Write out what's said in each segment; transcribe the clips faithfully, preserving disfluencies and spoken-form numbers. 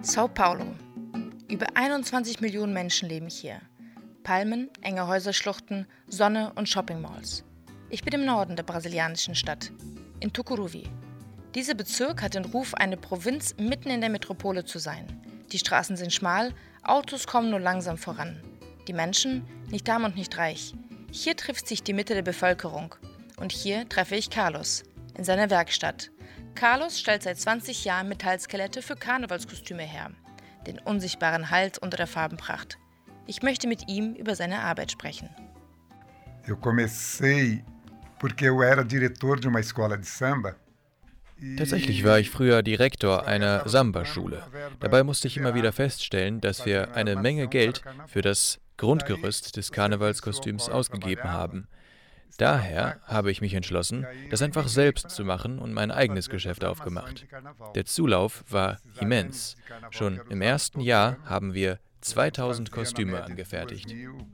Sao Paulo. Über einundzwanzig Millionen Menschen leben hier. Palmen, enge Häuserschluchten, Sonne und Shoppingmalls. Ich bin im Norden der brasilianischen Stadt, in Tucuruvi. Dieser Bezirk hat den Ruf, eine Provinz mitten in der Metropole zu sein. Die Straßen sind schmal, Autos kommen nur langsam voran. Die Menschen nicht arm und nicht reich. Hier trifft sich die Mitte der Bevölkerung. Und hier treffe ich Carlos, in seiner Werkstatt. Carlos stellt seit zwanzig Jahren Metallskelette für Karnevalskostüme her. Den unsichtbaren Halt unter der Farbenpracht. Ich möchte mit ihm über seine Arbeit sprechen. Eu comecei porque eu era diretor de uma escola de samba. Tatsächlich war ich früher Direktor einer Samba-Schule. Dabei musste ich immer wieder feststellen, dass wir eine Menge Geld für das Grundgerüst des Karnevalskostüms ausgegeben haben. Daher habe ich mich entschlossen, das einfach selbst zu machen und mein eigenes Geschäft aufgemacht. Der Zulauf war immens. Schon im ersten Jahr haben wir zweitausend Kostüme angefertigt.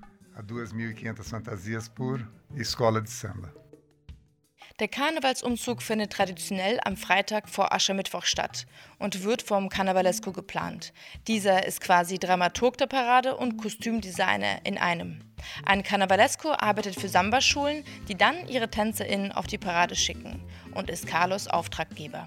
Der Karnevalsumzug findet traditionell am Freitag vor Aschermittwoch statt und wird vom Carnavalesco geplant. Dieser ist quasi Dramaturg der Parade und Kostümdesigner in einem. Ein Carnavalesco arbeitet für Samba-Schulen, die dann ihre TänzerInnen auf die Parade schicken, und ist Carlos Auftraggeber.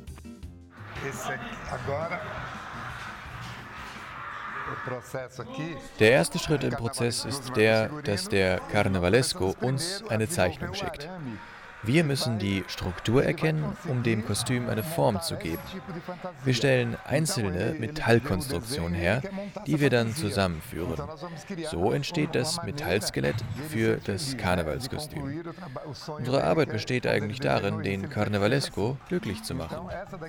Der erste Schritt im Prozess ist der, dass der Carnavalesco uns eine Zeichnung schickt. Wir müssen die Struktur erkennen, um dem Kostüm eine Form zu geben. Wir stellen einzelne Metallkonstruktionen her, die wir dann zusammenführen. So entsteht das Metallskelett für das Karnevalskostüm. Unsere Arbeit besteht eigentlich darin, den Carnavalesco glücklich zu machen.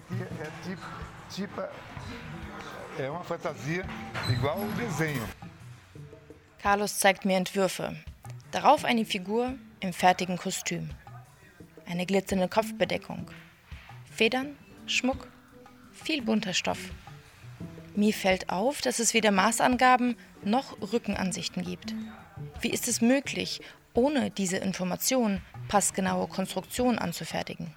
Carlos zeigt mir Entwürfe. Darauf eine Figur im fertigen Kostüm. Eine glitzernde Kopfbedeckung. Federn, Schmuck, viel bunter Stoff. Mir fällt auf, dass es weder Maßangaben noch Rückenansichten gibt. Wie ist es möglich, ohne diese Information passgenaue Konstruktionen anzufertigen?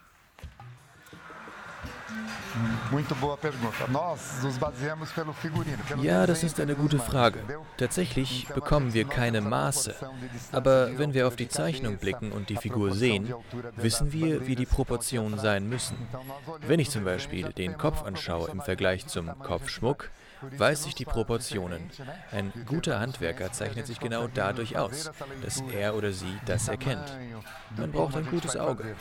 Ja, das ist eine gute Frage. Tatsächlich bekommen wir keine Maße. Aber wenn wir auf die Zeichnung blicken und die Figur sehen, wissen wir, wie die Proportionen sein müssen. Wenn ich zum Beispiel den Kopf anschaue im Vergleich zum Kopfschmuck, weiß ich die Proportionen. Ein guter Handwerker zeichnet sich genau dadurch aus, dass er oder sie das erkennt. Man braucht ein gutes Auge.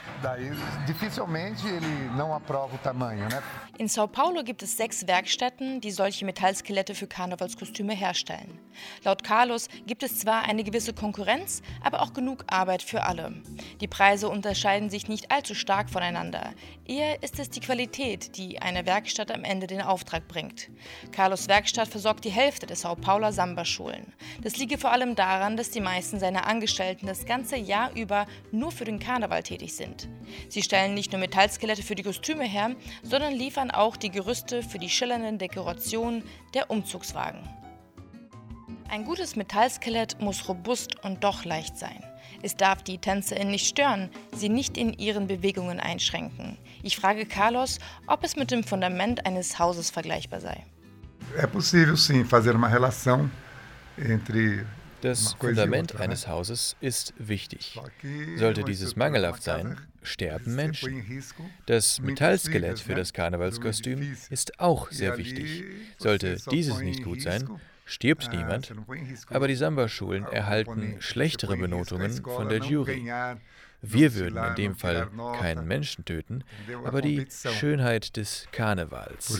In Sao Paulo gibt es sechs Werkstätten, die solche Metallskelette für Karnevalskostüme herstellen. Laut Carlos gibt es zwar eine gewisse Konkurrenz, aber auch genug Arbeit für alle. Die Preise unterscheiden sich nicht allzu stark voneinander. Eher ist es die Qualität, die eine Werkstatt am Ende den Auftrag bringt. Carlos' Werkstatt versorgt die Hälfte der Sao Pauler Samba-Schulen. Das liege vor allem daran, dass die meisten seiner Angestellten das ganze Jahr über nur für den Karneval tätig sind. Sie stellen nicht nur Metallskelette für die Kostüme her, sondern liefern auch die Gerüste für die schillernden Dekorationen der Umzugswagen. Ein gutes Metallskelett muss robust und doch leicht sein. Es darf die TänzerInnen nicht stören, sie nicht in ihren Bewegungen einschränken. Ich frage Carlos, ob es mit dem Fundament eines Hauses vergleichbar sei. É possível, sim, fazer uma relação entre Das Fundament eines Hauses ist wichtig. Sollte dieses mangelhaft sein, sterben Menschen. Das Metallskelett für das Karnevalskostüm ist auch sehr wichtig. Sollte dieses nicht gut sein, stirbt niemand, aber die Samba-Schulen erhalten schlechtere Benotungen von der Jury. Wir würden in dem Fall keinen Menschen töten, aber die Schönheit des Karnevals.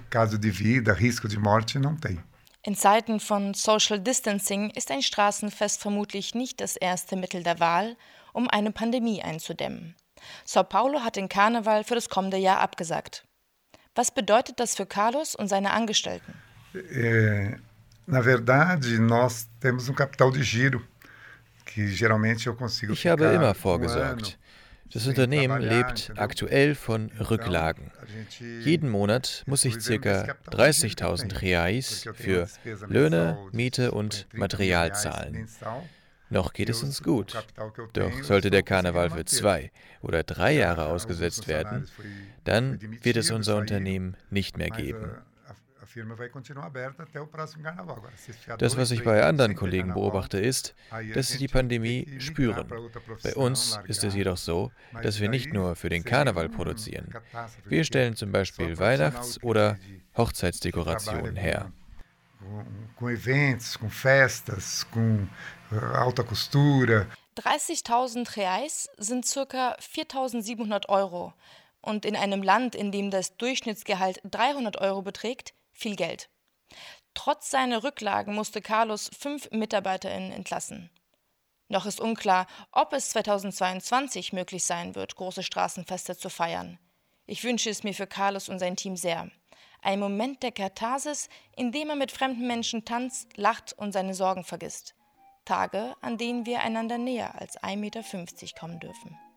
In Zeiten von Social Distancing ist ein Straßenfest vermutlich nicht das erste Mittel der Wahl, um eine Pandemie einzudämmen. Sao Paulo hat den Karneval für das kommende Jahr abgesagt. Was bedeutet das für Carlos und seine Angestellten? É, na verdade, nós temos um capital de giro, que geralmente eu consigo Ich habe immer vorgesorgt. Das Unternehmen lebt aktuell von Rücklagen. Jeden Monat muss ich ca. dreißigtausend Reais für Löhne, Miete und Material zahlen. Noch geht es uns gut. Doch sollte der Karneval für zwei oder drei Jahre ausgesetzt werden, dann wird es unser Unternehmen nicht mehr geben. Das, was ich bei anderen Kollegen beobachte, ist, dass sie die Pandemie spüren. Bei uns ist es jedoch so, dass wir nicht nur für den Karneval produzieren. Wir stellen zum Beispiel Weihnachts- oder Hochzeitsdekorationen her. Com eventos, com festas, com alta costura. dreißigtausend Reais sind ca. viertausendsiebenhundert Euro und in einem Land, in dem das Durchschnittsgehalt dreihundert Euro beträgt, viel Geld. Trotz seiner Rücklagen musste Carlos fünf MitarbeiterInnen entlassen. Noch ist unklar, ob es zweitausendzweiundzwanzig möglich sein wird, große Straßenfeste zu feiern. Ich wünsche es mir für Carlos und sein Team sehr. Ein Moment der Katharsis, in dem er mit fremden Menschen tanzt, lacht und seine Sorgen vergisst. Tage, an denen wir einander näher als ein Meter fünfzig kommen dürfen.